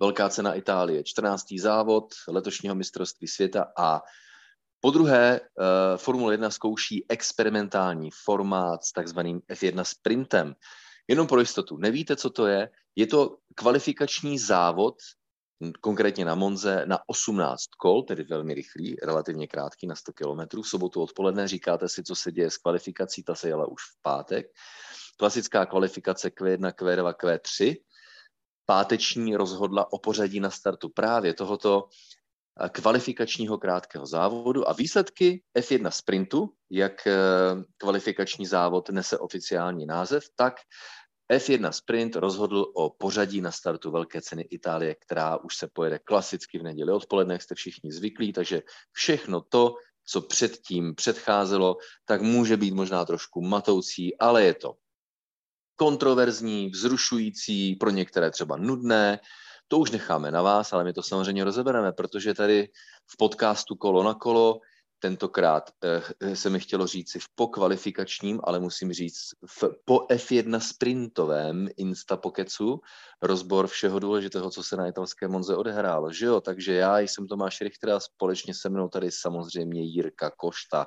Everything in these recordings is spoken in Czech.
Velká cena Itálie, 14. závod letošního mistrovství světa a podruhé Formule 1 zkouší experimentální formát s takzvaným F1 sprintem. Jenom pro jistotu, nevíte, co to je? Je to kvalifikační závod, konkrétně na Monze, na 18 kol, tedy velmi rychlý, relativně krátký, na 100 km. V sobotu odpoledne říkáte si, co se děje s kvalifikací, ta se jela už v pátek. Klasická kvalifikace Q1, Q2, Q3. Páteční rozhodla o pořadí na startu právě tohoto kvalifikačního krátkého závodu a výsledky F1 sprintu, jak kvalifikační závod nese oficiální název, tak F1 sprint rozhodl o pořadí na startu Velké ceny Itálie, která už se pojede klasicky v neděli odpoledne, jak jste všichni zvyklí, takže všechno to, co předtím předcházelo, tak může být možná trošku matoucí, ale je to kontroverzní, vzrušující, pro některé třeba nudné. To už necháme na vás, ale my to samozřejmě rozebereme, protože tady v podcastu Kolo na kolo, tentokrát se mi chtělo říci v pokvalifikačním, ale musím říct po F1 sprintovém Instapokecu rozbor všeho důležitého, co se na italské Monze odehrálo, že jo? Takže já jsem Tomáš Richter a společně se mnou tady samozřejmě Jirka Košta.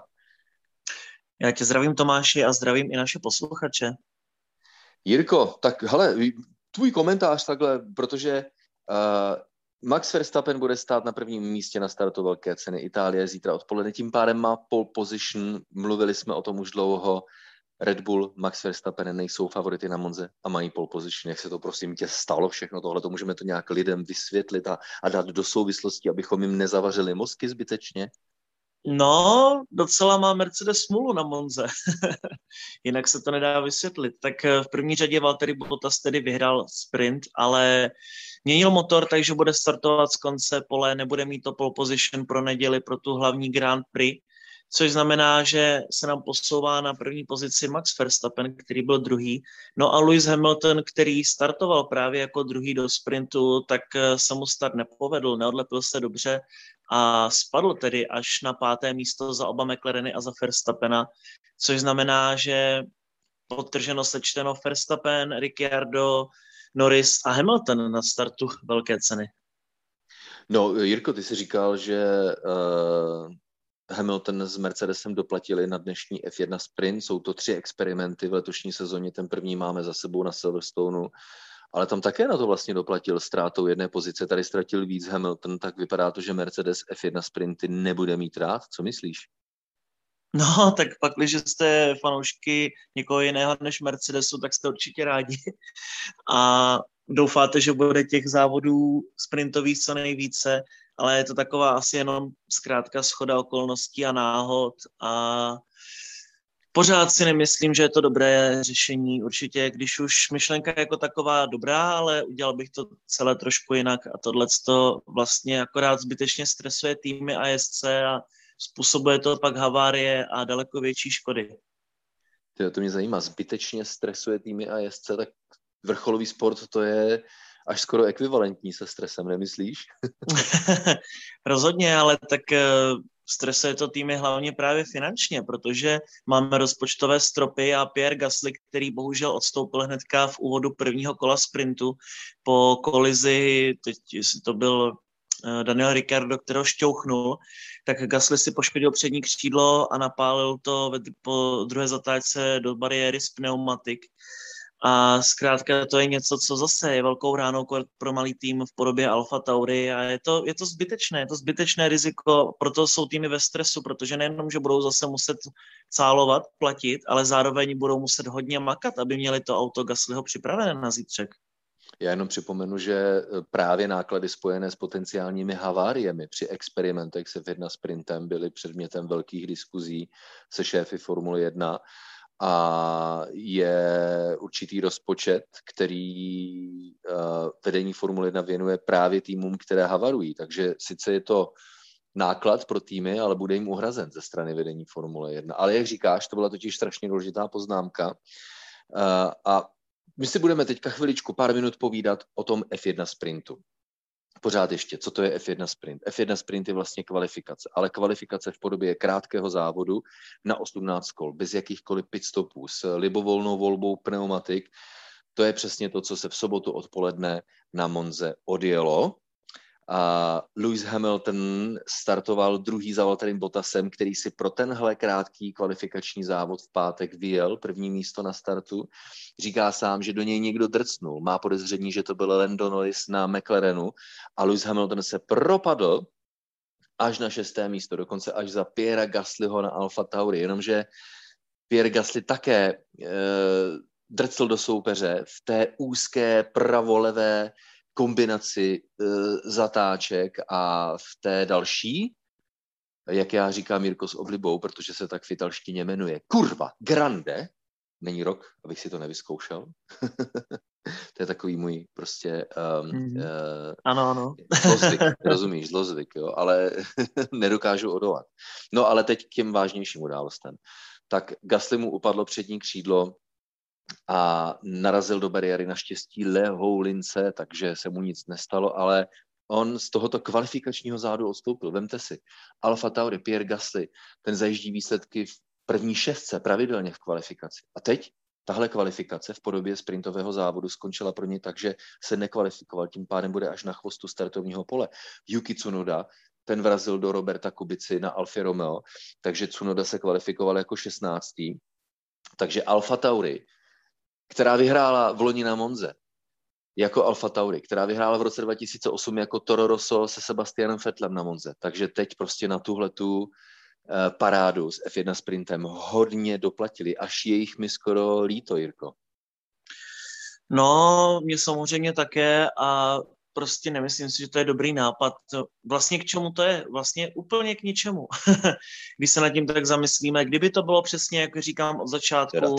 Já tě zdravím, Tomáši, a zdravím i naše posluchače. Jirko, tak hele, tvůj komentář takhle, protože Max Verstappen bude stát na prvním místě na startu Velké ceny Itálie zítra odpoledne, tím pádem má pole position, mluvili jsme o tom už dlouho, Red Bull, Max Verstappen nejsou favority na Monze a mají pole position. Jak se to prosím tě stalo všechno tohle, to můžeme to nějak lidem vysvětlit a dát do souvislosti, abychom jim nezavařili mozky zbytečně? No, docela má Mercedes smůlu na Monze. Jinak se to nedá vysvětlit. Tak v první řadě Valtteri Bottas tedy vyhrál sprint, ale měnil motor, takže bude startovat z konce pole, nebude mít to pole position pro neděli, pro tu hlavní Grand Prix, což znamená, že se nám posouvá na první pozici Max Verstappen, který byl druhý. No a Lewis Hamilton, který startoval právě jako druhý do sprintu, tak se mu start nepovedl, neodlepil se dobře a spadl tedy až na 5. místo za oba McLareny a za Verstappena, což znamená, že podtrženo sečteno Verstappen, Ricciardo, Norris a Hamilton na startu Velké ceny. No, Jirko, ty jsi říkal, že Hamilton s Mercedesem doplatili na dnešní F1 sprint. Jsou to 3 experimenty v letošní sezóně, ten první máme za sebou na Silverstoneu, ale tam také na to vlastně doplatil ztrátou jedné pozice. Tady ztratil víc Hamilton, tak vypadá to, že Mercedes F1 sprinty nebude mít rád. Co myslíš? No, tak pak, když jste fanoušky někoho jiného než Mercedesu, tak jste určitě rádi. A doufáte, že bude těch závodů sprintových co nejvíce, ale je to taková asi jenom zkrátka shoda okolností a náhod a pořád si nemyslím, že je to dobré řešení. Určitě, když už myšlenka je jako taková dobrá, ale udělal bych to celé trošku jinak a tohleto vlastně akorát zbytečně stresuje týmy a jezdce a způsobuje to pak havárie a daleko větší škody. To mě zajímá, zbytečně stresuje týmy a jezdce, tak vrcholový sport to je až skoro ekvivalentní se stresem, nemyslíš? Rozhodně, ale tak stresuje to týmy hlavně právě finančně, protože máme rozpočtové stropy a Pierre Gasly, který bohužel odstoupil hnedka v úvodu prvního kola sprintu po kolizi, teď jestli to byl Daniel Ricciardo, kterého šťouchnul, tak Gasly si poškodil přední křídlo a napálil to po druhé zatáčce do bariéry z pneumatik. A zkrátka to je něco, co zase je velkou ránou pro malý tým v podobě Alfa Tauri a je to zbytečné riziko, proto jsou týmy ve stresu, protože nejenom, že budou zase muset cálovat, platit, ale zároveň budou muset hodně makat, aby měli to auto Gaslyho připravené na zítřek. Já jenom připomenu, že právě náklady spojené s potenciálními haváriemi při experimentech se F1 sprintem byly předmětem velkých diskuzí se šéfy Formule 1 a je určitý rozpočet, který vedení Formule 1 věnuje právě týmům, které havarují. Takže sice je to náklad pro týmy, ale bude jim uhrazen ze strany vedení Formule 1. Ale jak říkáš, to byla totiž strašně důležitá poznámka. A my si budeme teďka chviličku, pár minut povídat o tom F1 sprintu. Pořád ještě, co to je F1 sprint? F1 sprint je vlastně kvalifikace, ale kvalifikace v podobě krátkého závodu na 18 kol, bez jakýchkoliv pitstopů, s libovolnou volbou pneumatik. To je přesně to, co se v sobotu odpoledne na Monze odjelo. A Lewis Hamilton startoval druhý za Valtterem Bottasem, který si pro tenhle krátký kvalifikační závod v pátek vyjel první místo na startu. Říká sám, že do něj někdo drcnul. Má podezření, že to byl Lando Norris na McLarenu a Lewis Hamilton se propadl až na 6. místo, dokonce až za Pierra Gaslyho na Alfa Tauri, jenomže Pierre Gasly také drcl do soupeře v té úzké pravolevé kombinaci zatáček a v té další, jak já říkám Jirko s oblibou, protože se tak v italštině jmenuje, kurva, grande, není rok, abych si to nevyzkoušel. To je takový můj prostě ano. Zlozvyk, rozumíš, zlozvyk, jo, ale nedokážu odolat. No ale teď k těm vážnějším událostem. Tak Gasly mu upadlo přední křídlo a narazil do bariéry naštěstí lehou lince, takže se mu nic nestalo, ale on z tohoto kvalifikačního zádu odstoupil. Vemte si, Alfa Tauri, Pierre Gasly, ten zajíždí výsledky v první šestce pravidelně v kvalifikaci. A teď tahle kvalifikace v podobě sprintového závodu skončila pro ně tak, že se nekvalifikoval, tím pádem bude až na chvostu startovního pole. Yuki Tsunoda, ten vrazil do Roberta Kubicy na Alfě Romeo, takže Tsunoda se kvalifikoval jako 16. Takže Alfa Tauri, která vyhrála v loni na Monze, jako Alfa Tauri, která vyhrála v roce 2008 jako Toro Rosso se Sebastianem Vettelem na Monze. Takže teď prostě na tuhletu parádu s F1 sprintem hodně doplatili, až je jich mi skoro líto, Jirko. No, mě samozřejmě také a prostě nemyslím si, že to je dobrý nápad. Vlastně k čemu to je? Vlastně úplně k ničemu. Když se nad tím tak zamyslíme, kdyby to bylo přesně, jak říkám od začátku,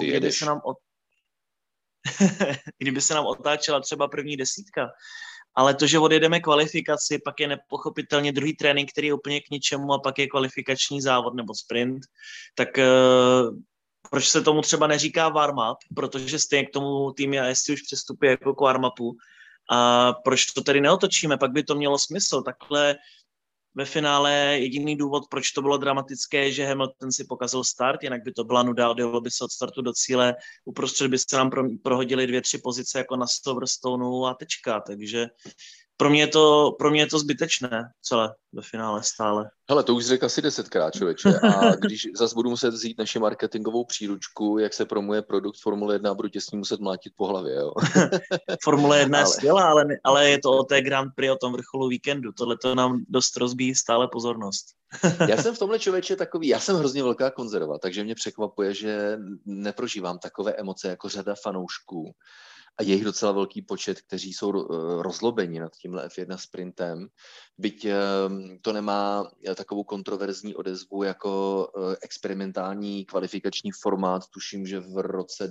kdyby se nám otáčela třeba první desítka, ale to, že odjedeme kvalifikaci, pak je nepochopitelně druhý trénink, který je úplně k ničemu a pak je kvalifikační závod nebo sprint, tak proč se tomu třeba neříká warm-up, protože stejně k tomu tým ASC už přestupuje jako k warm-upu a proč to tedy neotočíme, pak by to mělo smysl. Takhle ve finále jediný důvod, proč to bylo dramatické, je, že Hamilton si pokazil start, jinak by to byla nuda, odjelo by se od startu do cíle, uprostřed by se nám prohodily 2-3 pozice jako na Silverstoneu a tečka, takže pro mě je to zbytečné celé ve finále stále. Hele, to už řekl asi 10krát, člověče. A když zase budu muset vzít naši marketingovou příručku, jak se promuje produkt Formule 1, budu tě s ním muset mlátit po hlavě, jo. Formule 1 je skvělá, ale je to o té Grand Prix, o tom vrcholu víkendu. Tohle to nám dost rozbíjí stále pozornost. Já jsem v tomhle člověče takový, já jsem hrozně velká konzerva, takže mě překvapuje, že neprožívám takové emoce jako řada fanoušků. A je jich docela velký počet, kteří jsou rozlobeni nad tímhle F1 sprintem, byť to nemá takovou kontroverzní odezvu jako experimentální kvalifikační formát, tuším, že v roce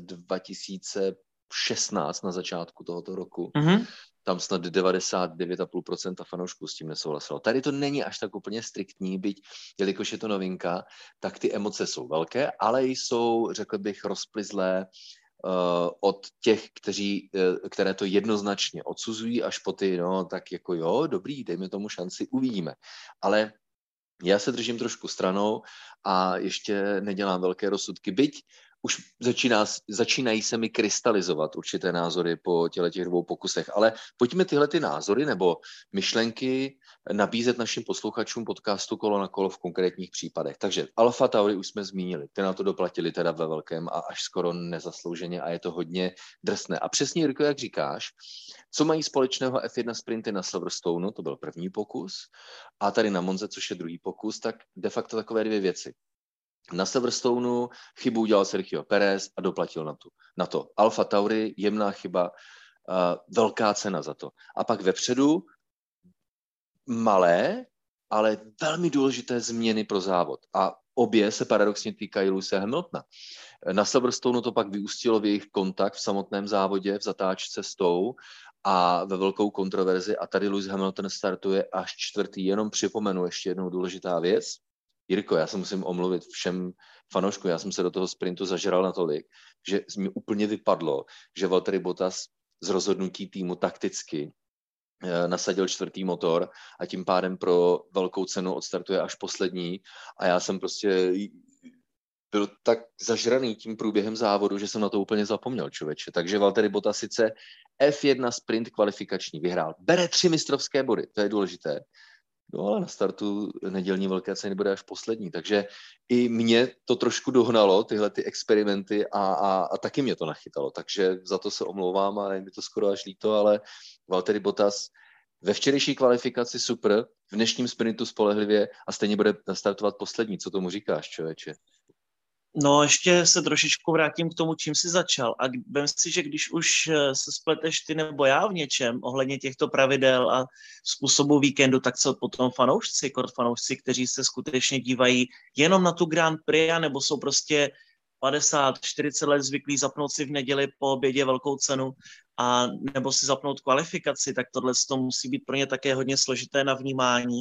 2016 na začátku tohoto roku. Tam snad 99,5% fanoušků s tím nesouhlasilo. Tady to není až tak úplně striktní, byť jelikož je to novinka, tak ty emoce jsou velké, ale jsou, řekl bych, rozplyzlé od těch, které to jednoznačně odsuzují, až po ty, no tak jako jo, dobrý, dejme tomu šanci, uvidíme. Ale já se držím trošku stranou a ještě nedělám velké rozsudky, byť už začínají se mi krystalizovat určité názory po těch dvou pokusech, ale pojďme tyhle ty názory nebo myšlenky nabízet našim posluchačům podcastu Kolo na kolo v konkrétních případech. Takže Alfa Tauri už jsme zmínili, ty na to doplatili teda ve velkém a až skoro nezaslouženě a je to hodně drsné. A přesně, Jirko, jak říkáš, co mají společného F1 sprinty na Silverstoneu, to byl první pokus, a tady na Monze, což je druhý pokus, tak de facto takové dvě věci. Na Silverstoneu chybu udělal Sergio Pérez a doplatil na to. Alfa Tauri, jemná chyba, velká cena za to. A pak vepředu malé, ale velmi důležité změny pro závod. A obě se paradoxně týkají Lewise Hamiltona. Na Silverstoneu to pak vyústilo v jejich kontakt v samotném závodě, v zatáčce s tou a ve velkou kontroverzi. A tady Lewis Hamilton startuje až čtvrtý. Jenom připomenu ještě jednou důležitá věc. Jirko, já se musím omluvit všem fanouškům, já jsem se do toho sprintu zažral natolik, že mi úplně vypadlo, že Valtteri Bottas z rozhodnutí týmu takticky nasadil čtvrtý motor a tím pádem pro velkou cenu odstartuje až poslední a já jsem prostě byl tak zažraný tím průběhem závodu, že jsem na to úplně zapomněl, člověče. Takže Valtteri Bottas sice F1 sprint kvalifikační vyhrál. Bere 3 mistrovské body, to je důležité. No ale na startu nedělní velké ceny bude až poslední, takže i mě to trošku dohnalo, tyhle ty experimenty a taky mě to nachytalo, takže za to se omlouvám a je mi to skoro až líto, ale Valtteri Bottas ve včerejší kvalifikaci super, v dnešním sprintu spolehlivě a stejně bude startovat poslední. Co tomu říkáš, člověče? No, ještě se trošičku vrátím k tomu, čím jsi začal. A vem si, že když už se spleteš ty nebo já v něčem ohledně těchto pravidel a způsobu víkendu, tak co potom fanoušci, kteří se skutečně dívají jenom na tu Grand Prix, nebo jsou prostě 50-40 let zvyklí zapnout si v neděli po obědě velkou cenu a nebo si zapnout kvalifikaci, tak tohle to musí být pro ně také hodně složité na vnímání.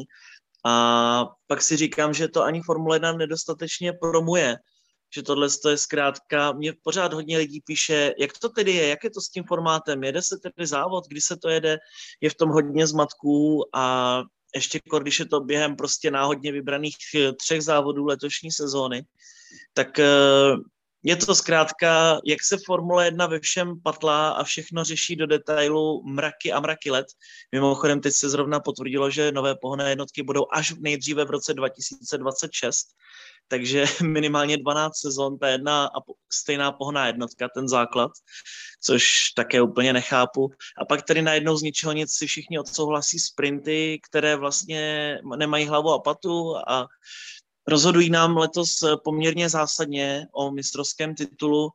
A pak si říkám, že to ani Formule 1 nedostatečně promuje, že tohle je zkrátka, mě pořád hodně lidí píše, jak to tedy je, jak je to s tím formátem, jede se tedy závod, kdy se to jede, je v tom hodně zmatků a ještě když je to během prostě náhodně vybraných 3 závodů letošní sezóny, tak je to zkrátka, jak se Formule 1 ve všem patlá a všechno řeší do detailu mraky a mraky let. Mimochodem teď se zrovna potvrdilo, že nové pohonné jednotky budou až nejdříve v roce 2026, takže minimálně 12 sezon, ta jedna a stejná pohonná jednotka, ten základ, což také úplně nechápu. A pak tady najednou z ničeho nic si všichni odsouhlasí sprinty, které vlastně nemají hlavu a patu a rozhodují nám letos poměrně zásadně o mistrovském titulu.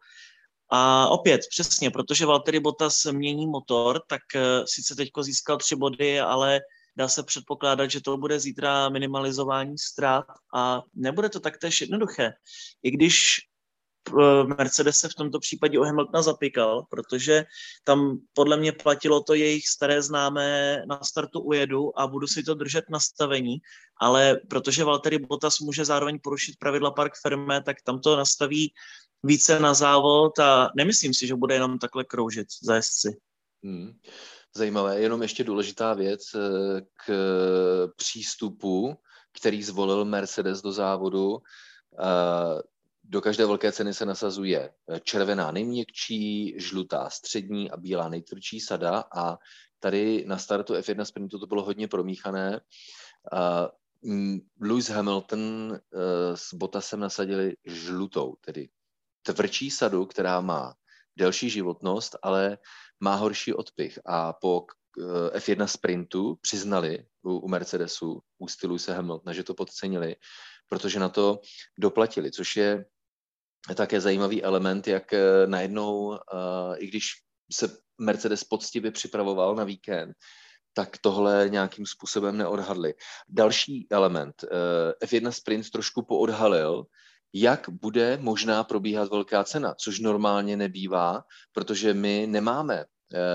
A opět, přesně, protože Valtteri Bottas mění motor, tak sice teďko získal 3 body, ale dá se předpokládat, že to bude zítra minimalizování ztrát a nebude to taktéž jednoduché. I když Mercedes se v tomto případě o Hamiltona zapíkal, protože tam podle mě platilo to jejich staré známé na startu ujedu a budu si to držet nastavení, ale protože Valtteri Bottas může zároveň porušit pravidla Parc Fermé, tak tam to nastaví více na závod a nemyslím si, že bude jenom takhle kroužit za jezdci. Zajímavé, jenom ještě důležitá věc k přístupu, který zvolil Mercedes do závodu. Do každé velké ceny se nasazuje červená nejměkčí, žlutá střední a bílá nejtvrdší sada a tady na startu F1 sprintu to bylo hodně promíchané. Lewis Hamilton s Bottasem nasadili žlutou, tedy tvrdší sadu, která má delší životnost, ale má horší odpych a po F1 sprintu přiznali u Mercedesu, ústy Lewise Hamiltona, že to podcenili, protože na to doplatili, což je také zajímavý element, jak najednou, i když se Mercedes poctivě připravoval na víkend, tak tohle nějakým způsobem neodhadli. Další element, F1 Sprint trošku poodhalil, jak bude možná probíhat velká cena, což normálně nebývá, protože my nemáme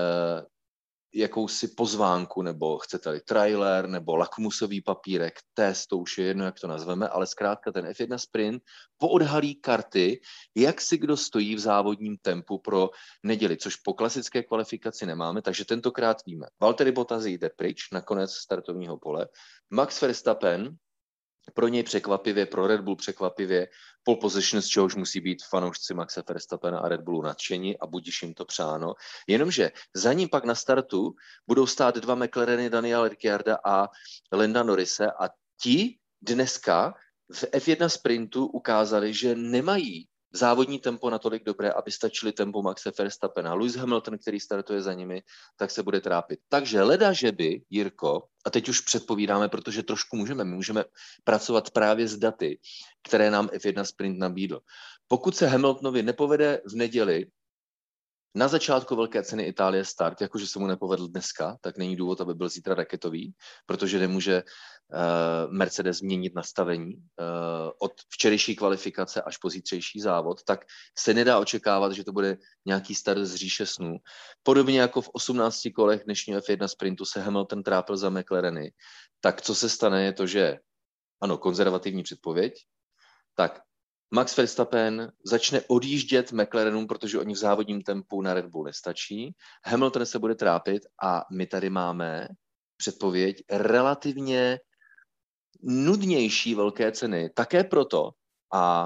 jakousi pozvánku, nebo chcete-li trailer, nebo lakmusový papírek, test, to už je jedno, jak to nazveme, ale zkrátka ten F1 Sprint poodhalí karty, jak si kdo stojí v závodním tempu pro neděli, což po klasické kvalifikaci nemáme, takže tentokrát víme. Valtteri Bottas jde pryč na konec startovního pole, Max Verstappen, pro něj překvapivě, pro Red Bull překvapivě, pole position, z čehož musí být fanoušci Maxe Verstappena a Red Bullu nadšení a budíš jim to přáno. Jenomže za ním pak na startu budou stát 2 McLareny Daniela Ricciarda a Landa Norrise a ti dneska v F1 sprintu ukázali, že nemají závodní tempo natolik dobré, aby stačili tempo Maxe Verstappena. Lewis Hamilton, který startuje za nimi, tak se bude trápit. Takže leda, že by, Jirko, a teď už předpovídáme, protože trošku můžeme pracovat právě s daty, které nám F1 Sprint nabídl. Pokud se Hamiltonovi nepovede v neděli na začátku velké ceny Itálie start, jakože se mu nepovedl dneska, tak není důvod, aby byl zítra raketový, protože nemůže Mercedes změnit nastavení od včerejší kvalifikace až po zítřejší závod, tak se nedá očekávat, že to bude nějaký start z říše snů. Podobně jako v 18 kolech dnešního F1 sprintu se Hamilton trápil za McLareny, tak co se stane je to, že ano, konzervativní předpověď, tak Max Verstappen začne odjíždět McLarenům, protože oni v závodním tempu na Red Bull nestačí. Hamilton se bude trápit a my tady máme předpověď relativně nudnější velké ceny. Také proto, a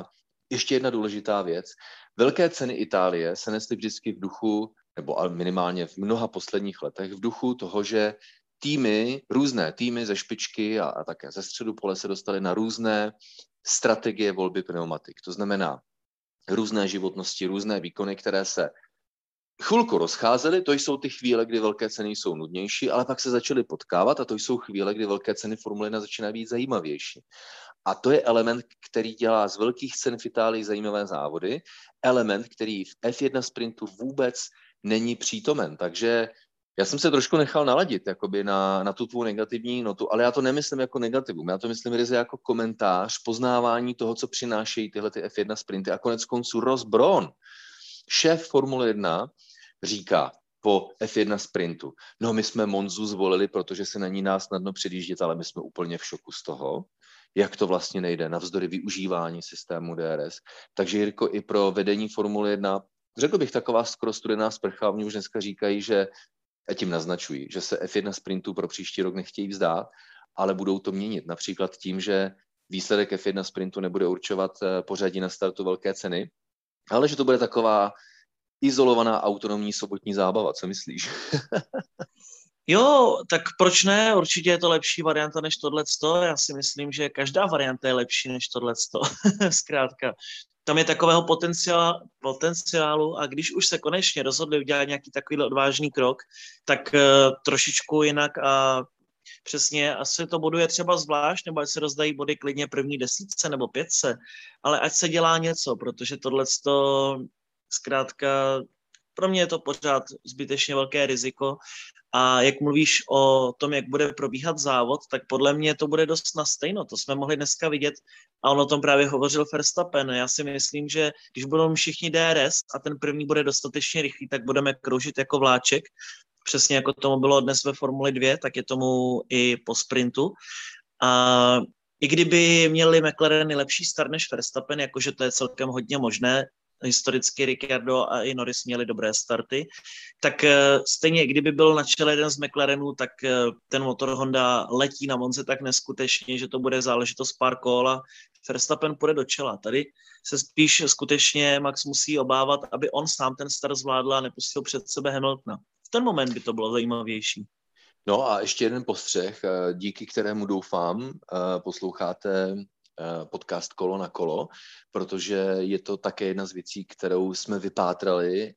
ještě jedna důležitá věc. Velké ceny Itálie se nesly vždycky v duchu, nebo minimálně v mnoha posledních letech, v duchu toho, že různé týmy ze špičky a také ze středu pole se dostaly na různé strategie volby pneumatik. To znamená různé životnosti, různé výkony, které se chvilku rozcházely, to jsou ty chvíle, kdy velké ceny jsou nudnější, ale pak se začaly potkávat a to jsou chvíle, kdy velké ceny Formule 1 začínají být zajímavější. A to je element, který dělá z velkých cen v Itálii zajímavé závody, element, který v F1 sprintu vůbec není přítomen. Takže já jsem se trošku nechal naladit jakoby na tu tvou negativní notu, ale já to nemyslím jako negativum, já to myslím ryze jako komentář, poznávání toho, co přinášejí tyhle ty F1 sprinty. A konec konců Ross Brawn, šéf Formule 1, říká po F1 sprintu, no my jsme Monzu zvolili, protože se na ní dá snadno předjíždět, ale my jsme úplně v šoku z toho, jak to vlastně nejde, navzdory využívání systému DRS. Takže Jirko, i pro vedení Formule 1, řekl bych taková skoro studená sprcha, oni už dneska říkají, že a tím naznačují, že se F1 sprintu pro příští rok nechtějí vzdát, ale budou to měnit. Například tím, že výsledek F1 sprintu nebude určovat pořadí na startu velké ceny, ale že to bude taková izolovaná autonomní sobotní zábava. Co myslíš? Jo, tak proč ne? Určitě je to lepší varianta než tohleto. Já si myslím, že každá varianta je lepší než tohleto. Zkrátka. Tam je takového potenciálu a když už se konečně rozhodli udělat nějaký takovýhle odvážný krok, tak trošičku jinak a přesně asi to boduje třeba zvlášť, nebo ať se rozdají body klidně první 10 nebo 5, ale ať se dělá něco, protože tohleto zkrátka pro mě je to pořád zbytečně velké riziko. A jak mluvíš o tom, jak bude probíhat závod, tak podle mě to bude dost na stejno. To jsme mohli dneska vidět a on o tom právě hovořil Verstappen. Já si myslím, že když budou všichni DRS a ten první bude dostatečně rychlý, tak budeme kroužit jako vláček. Přesně jako tomu bylo dnes ve Formuli 2, tak je tomu i po sprintu. A i kdyby měli McLareny lepší start než Verstappen, jakože to je celkem hodně možné, historicky Ricciardo a i Norris měli dobré starty, tak stejně, kdyby byl na čele jeden z McLarenů, tak ten motor Honda letí na Monze tak neskutečně, že to bude záležitost pár kol a Verstappen půjde do čela. Tady se spíš skutečně Max musí obávat, aby on sám ten start zvládl a nepustil před sebe Hamiltona. V ten moment by to bylo zajímavější. No a ještě jeden postřeh, díky kterému doufám, posloucháte podcast Kolo na kolo, protože je to také jedna z věcí, kterou jsme vypátrali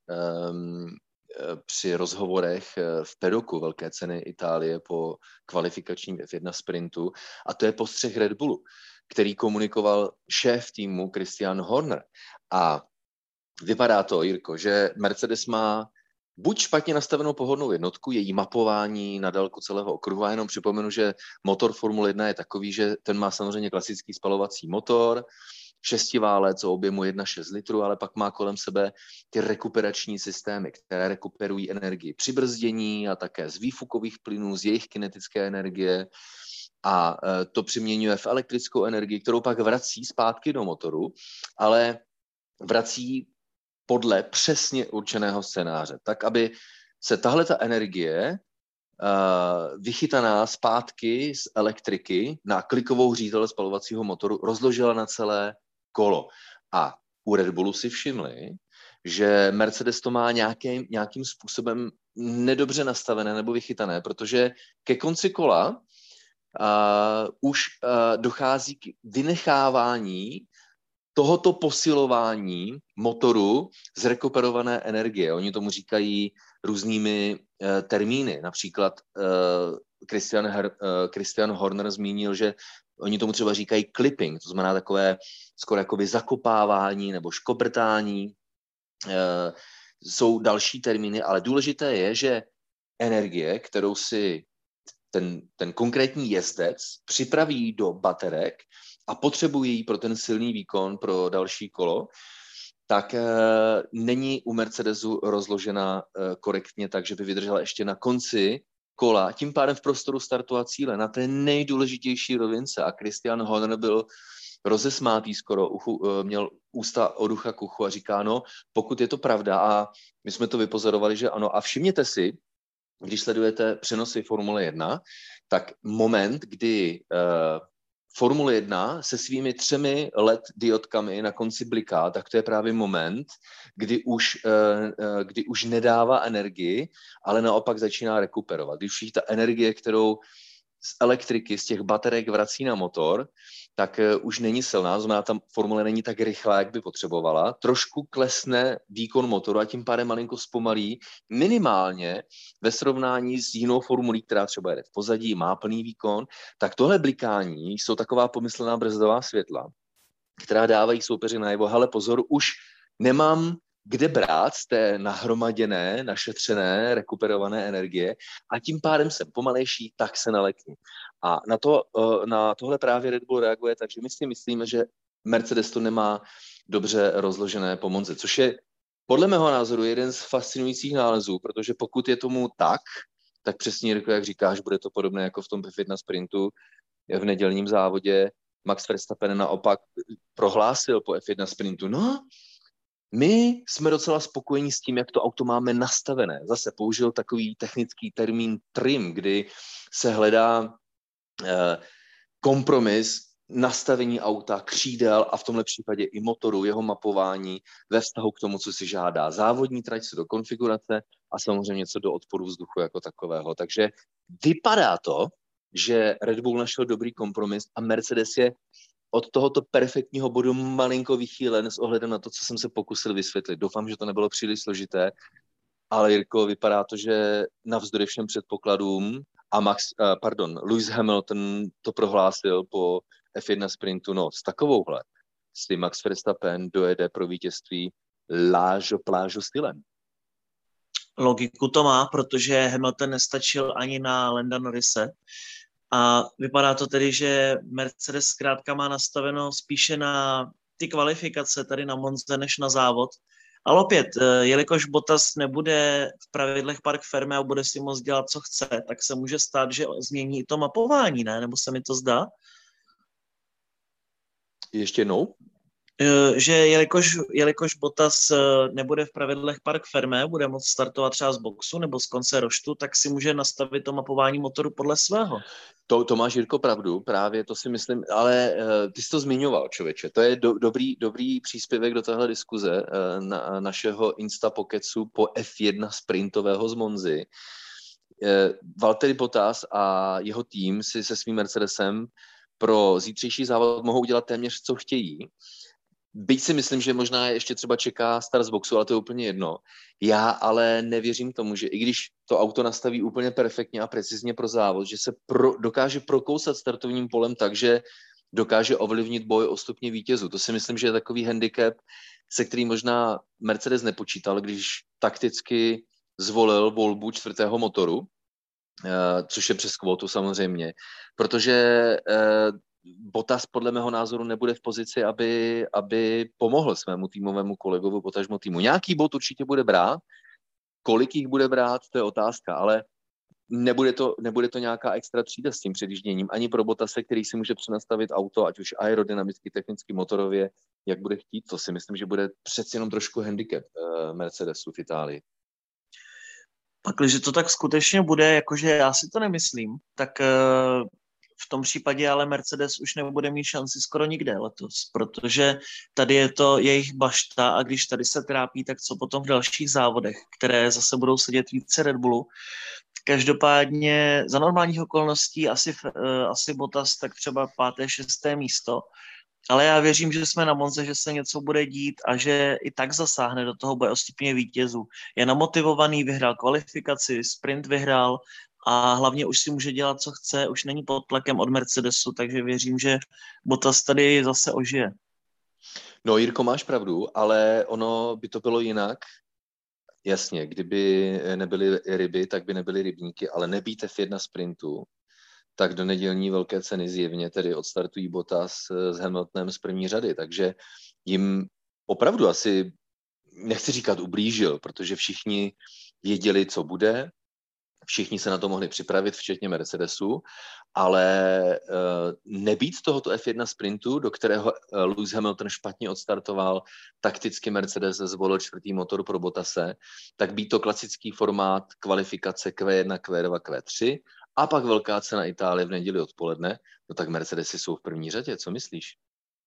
při rozhovorech v pedoku Velké ceny Itálie po kvalifikačním F1 sprintu, a to je postřeh Red Bullu, který komunikoval šéf týmu Christian Horner. A vypadá to, Jirko, že Mercedes má buď špatně nastavenou pohodnou jednotku, její mapování na délku celého okruhu. A jenom připomenu, že motor Formule 1 je takový, že ten má samozřejmě klasický spalovací motor, 6válec o objemu 1,6 litru, ale pak má kolem sebe ty rekuperační systémy, které rekuperují energii při brzdění a také z výfukových plynů, z jejich kinetické energie. A to přiměňuje v elektrickou energii, kterou pak vrací zpátky do motoru, ale vrací podle přesně určeného scénáře, tak aby se tahle ta energie vychytaná zpátky z elektriky na klikovou hřízele spalovacího motoru rozložila na celé kolo. A u Red Bullu si všimli, že Mercedes to má nějakým způsobem nedobře nastavené nebo vychytané, protože ke konci kola už dochází k vynechávání tohoto posilování motoru z rekuperované energie. Oni tomu říkají různými termíny. Například Christian Horner zmínil, že oni tomu třeba říkají clipping, to znamená takové skoro jakoby zakopávání nebo škobrtání. Jsou další termíny, ale důležité je, že energie, kterou si ten konkrétní jezdec připraví do baterek a potřebuje ji pro ten silný výkon pro další kolo, tak není u Mercedesu rozložena korektně tak, že by vydržela ještě na konci kola, tím pádem v prostoru startu a cíle, na té nejdůležitější rovince. A Christian Horner byl rozesmátý skoro, měl ústa od ucha k uchu a říká, no, pokud je to pravda, a my jsme to vypozorovali, že ano, a všimněte si, když sledujete přenosy Formule 1, tak moment, kdy Formule 1 se svými 3 LED diodkami na konci bliká, tak to je právě moment, kdy už nedává energii, ale naopak začíná rekuperovat. Když už ta energie, kterou z elektriky, z těch baterek vrací na motor, tak už není silná, znamená, ta formule není tak rychlá, jak by potřebovala. Trošku klesne výkon motoru a tím pádem malinko zpomalí, minimálně ve srovnání s jinou formulí, která třeba jede v pozadí, má plný výkon, tak tohle blikání jsou taková pomyslná brzdová světla, která dávají soupeři najevo, hele pozor, už nemám kde brát z té nahromaděné, našetřené, rekuperované energie a tím pádem jsem pomalejší, tak se nalekni. A na tohle právě Red Bull reaguje, takže my si myslíme, že Mercedes to nemá dobře rozložené pomůže, což je podle mého názoru jeden z fascinujících nálezů, protože pokud je tomu tak přesně, Jirko, jak říkáš, bude to podobné jako v tom F1 sprintu v nedělním závodě. Max Verstappen naopak prohlásil po F1 sprintu, no, my jsme docela spokojení s tím, jak to auto máme nastavené. Zase použil takový technický termín trim, kdy se hledá kompromis nastavení auta, křídel a v tomhle případě i motoru, jeho mapování ve vztahu k tomu, co si žádá závodní trať, co do konfigurace a samozřejmě něco do odporu vzduchu jako takového. Takže vypadá to, že Red Bull našel dobrý kompromis a Mercedes je od tohoto perfektního bodu malinko vychýlen s ohledem na to, co jsem se pokusil vysvětlit. Doufám, že to nebylo příliš složité, ale Jirko, vypadá to, že navzdory všem předpokladům a Lewis Hamilton to prohlásil po F1 sprintu, no s takovouhle si Max Verstappen dojede pro vítězství lážo plážo stylem. Logiku to má, protože Hamilton nestačil ani na Landa Norrise. A vypadá to tedy, že Mercedes zkrátka má nastaveno spíše na ty kvalifikace tady na Monze než na závod. Ale opět, jelikož Bottas nebude v pravidlech Parc Fermé a bude si moct dělat, co chce, tak se může stát, že změní i to mapování, ne? Nebo se mi to zdá? Ještě jednou? Že jelikož Bottas nebude v pravidlech Parc Fermé, bude moct startovat třeba z boxu nebo z konce roštu, tak si může nastavit to mapování motoru podle svého. To máš, Jirko, pravdu, právě to si myslím, ale ty jsi to zmiňoval, člověče. To je dobrý příspěvek do téhle diskuze našeho Instapokecu po F1 sprintového z Monzy. Valtteri Bottas a jeho tým si se svým Mercedesem pro zítřejší závod mohou udělat téměř, co chtějí. Byť si myslím, že možná ještě třeba čeká start z boxu, ale to je úplně jedno. Já ale nevěřím tomu, že i když to auto nastaví úplně perfektně a precizně pro závod, že se dokáže prokousat startovním polem tak, že dokáže ovlivnit boj o stupně vítězů. To si myslím, že je takový handicap, se kterým možná Mercedes nepočítal, když takticky zvolil volbu 4. motoru, což je přes kvótu samozřejmě, protože Bottas podle mého názoru nebude v pozici, aby pomohl svému týmovému kolegovi, potažmo týmu. Nějaký bod určitě bude brát, kolik jich bude brát, to je otázka, ale nebude to nějaká extra třída s tím předjížděním, ani pro Bottase, který si může přenastavit auto, ať už aerodynamicky, technicky, motorově, jak bude chtít. To si myslím, že bude přeci jenom trošku handicap Mercedesu v Itálii. Pak, když to tak skutečně bude, jakože já si to nemyslím, tak v tom případě ale Mercedes už nebude mít šanci skoro nikde letos, protože tady je to jejich bašta a když tady se trápí, tak co potom v dalších závodech, které zase budou sedět více Red Bullu. Každopádně za normálních okolností asi Bottas tak třeba 5., 6. místo, ale já věřím, že jsme na Monze, že se něco bude dít a že i tak zasáhne do toho boje o stupně vítězů. Je namotivovaný, vyhrál kvalifikaci, sprint vyhrál a hlavně už si může dělat, co chce, už není pod tlakem od Mercedesu, takže věřím, že Bottas tady zase ožije. No, Jirko, máš pravdu, ale ono by to bylo jinak. Jasně, kdyby nebyly ryby, tak by nebyly rybníky, ale nebýt F1 sprintu, tak do nedělní velké ceny zjevně tedy odstartují Bottas s Hamiltonem z první řady, takže jim opravdu asi, nechci říkat ublížil, protože všichni věděli, co bude, všichni se na to mohli připravit, včetně Mercedesu, ale nebýt tohoto F1 sprintu, do kterého Lewis Hamilton špatně odstartoval, takticky Mercedes zvolil 4. motor pro Bottase, tak být to klasický formát kvalifikace Q1, Q2, Q3 a pak velká cena Itálie v neděli odpoledne, no tak Mercedesy jsou v první řadě, co myslíš?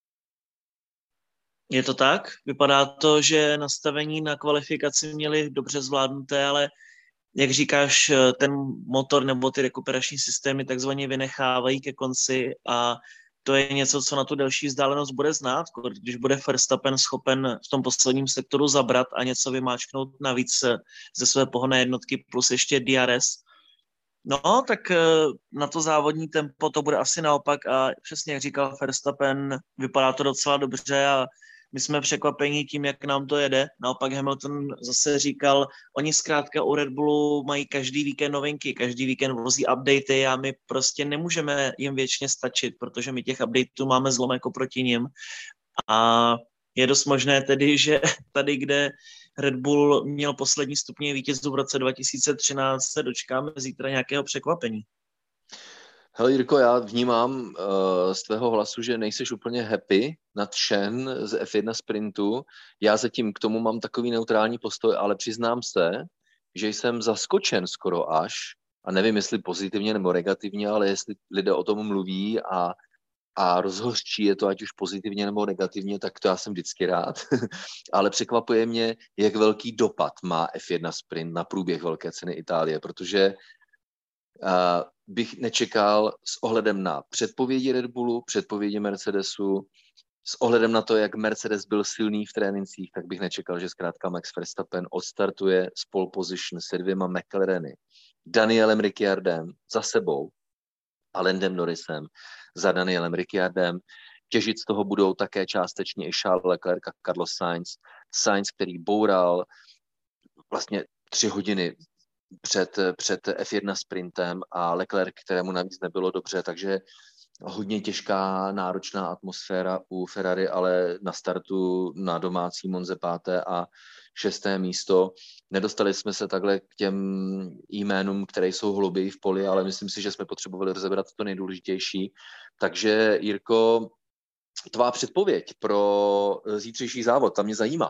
Je to tak? Vypadá to, že nastavení na kvalifikaci měli dobře zvládnuté, ale jak říkáš, ten motor nebo ty rekuperační systémy takzvaně vynechávají ke konci a to je něco, co na tu delší vzdálenost bude znát, když bude Verstappen schopen v tom posledním sektoru zabrat a něco vymáčknout navíc ze své pohonné jednotky plus ještě DRS. No, tak na to závodní tempo to bude asi naopak a přesně jak říkal Verstappen, vypadá to docela dobře a my jsme překvapeni tím, jak nám to jede. Naopak Hamilton zase říkal, oni zkrátka u Red Bullu mají každý víkend novinky, každý víkend vozí updaty a my prostě nemůžeme jim věčně stačit, protože my těch updateů máme zlomek oproti nim. A je dost možné tedy, že tady, kde Red Bull měl poslední stupně vítězů v roce 2013, se dočkáme zítra nějakého překvapení. Hele Jirko, já vnímám z tvého hlasu, že nejseš úplně happy, nadšen z F1 sprintu. Já zatím k tomu mám takový neutrální postoj, ale přiznám se, že jsem zaskočen skoro až, a nevím, jestli pozitivně nebo negativně, ale jestli lidé o tom mluví a rozhořčí je to, ať už pozitivně nebo negativně, tak to já jsem vždycky rád. Ale překvapuje mě, jak velký dopad má F1 sprint na průběh velké ceny Itálie, protože bych nečekal s ohledem na předpovědi Red Bullu, předpovědi Mercedesu, s ohledem na to, jak Mercedes byl silný v trénincích, tak bych nečekal, že zkrátka Max Verstappen odstartuje z pole position se 2 McLareny, Danielem Ricciardem za sebou a Landem Norrisem za Danielem Ricciardem. Těžit z toho budou také částečně i Charles Leclerc a Carlos Sainz. Sainz, který boural vlastně 3 hodiny před F1 sprintem a Leclerc, kterému navíc nebylo dobře, takže hodně těžká, náročná atmosféra u Ferrari, ale na startu na domácí Monze 5. a 6. místo. Nedostali jsme se takhle k těm jménům, které jsou hlouběji v poli, ale myslím si, že jsme potřebovali rozebrat to nejdůležitější. Takže Jirko, tvá předpověď pro zítřejší závod, ta mě zajímá.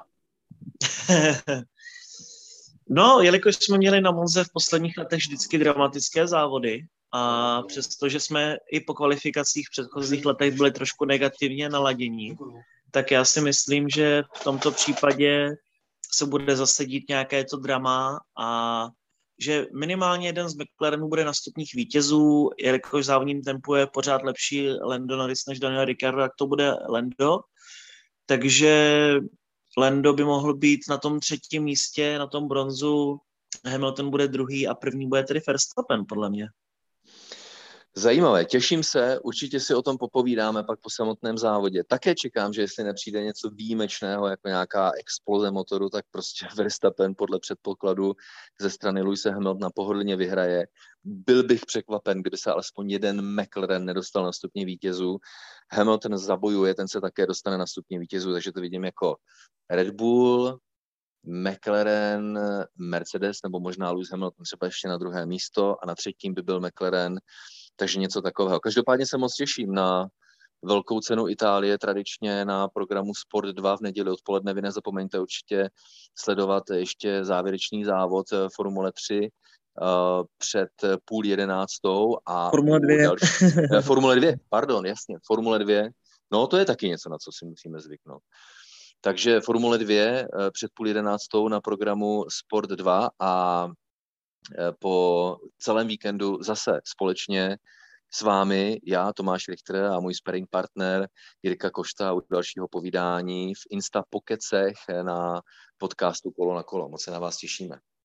No, jelikož jsme měli na Monze v posledních letech vždycky dramatické závody a přestože jsme i po kvalifikacích v předchozích letech byli trošku negativně naladění, tak já si myslím, že v tomto případě se bude zase dít nějaké to drama a že minimálně jeden z McLarenů bude na stupních vítězů, jelikož v závodním tempu je pořád lepší Lando Norris než Daniel Ricciardo, tak to bude Lando. Takže Lando by mohl být na tom 3. místě, na tom bronzu, Hamilton bude 2. a 1. bude tedy Verstappen, podle mě. Zajímavé, těším se, určitě si o tom popovídáme pak po samotném závodě. Také čekám, že jestli nepřijde něco výjimečného, jako nějaká exploze motoru, tak prostě Verstappen podle předpokladu ze strany Lewise Hamiltona pohodlně vyhraje. Byl bych překvapen, kdyby se alespoň jeden McLaren nedostal na stupně vítězů. Hamilton zabojuje, ten se také dostane na stupně vítězů, takže to vidím jako Red Bull, McLaren, Mercedes, nebo možná Lewis Hamilton třeba ještě na 2. místo a na 3. by byl McLaren. Takže něco takového. Každopádně se moc těším na velkou cenu Itálie, tradičně na programu Sport 2 v neděli odpoledne. Vy nezapomeňte určitě sledovat ještě závěrečný závod Formule 3 před 10:30 a Formule 2. Formule 2, pardon, jasně, Formule 2. No to je taky něco, na co si musíme zvyknout. Takže Formule 2 před 10:30 na programu Sport 2 a po celém víkendu zase společně s vámi, já, Tomáš Richter a můj sparring partner Jirka Košta u dalšího povídání v Insta Pokecech na podcastu Kolo na kolo. Moc se na vás těšíme.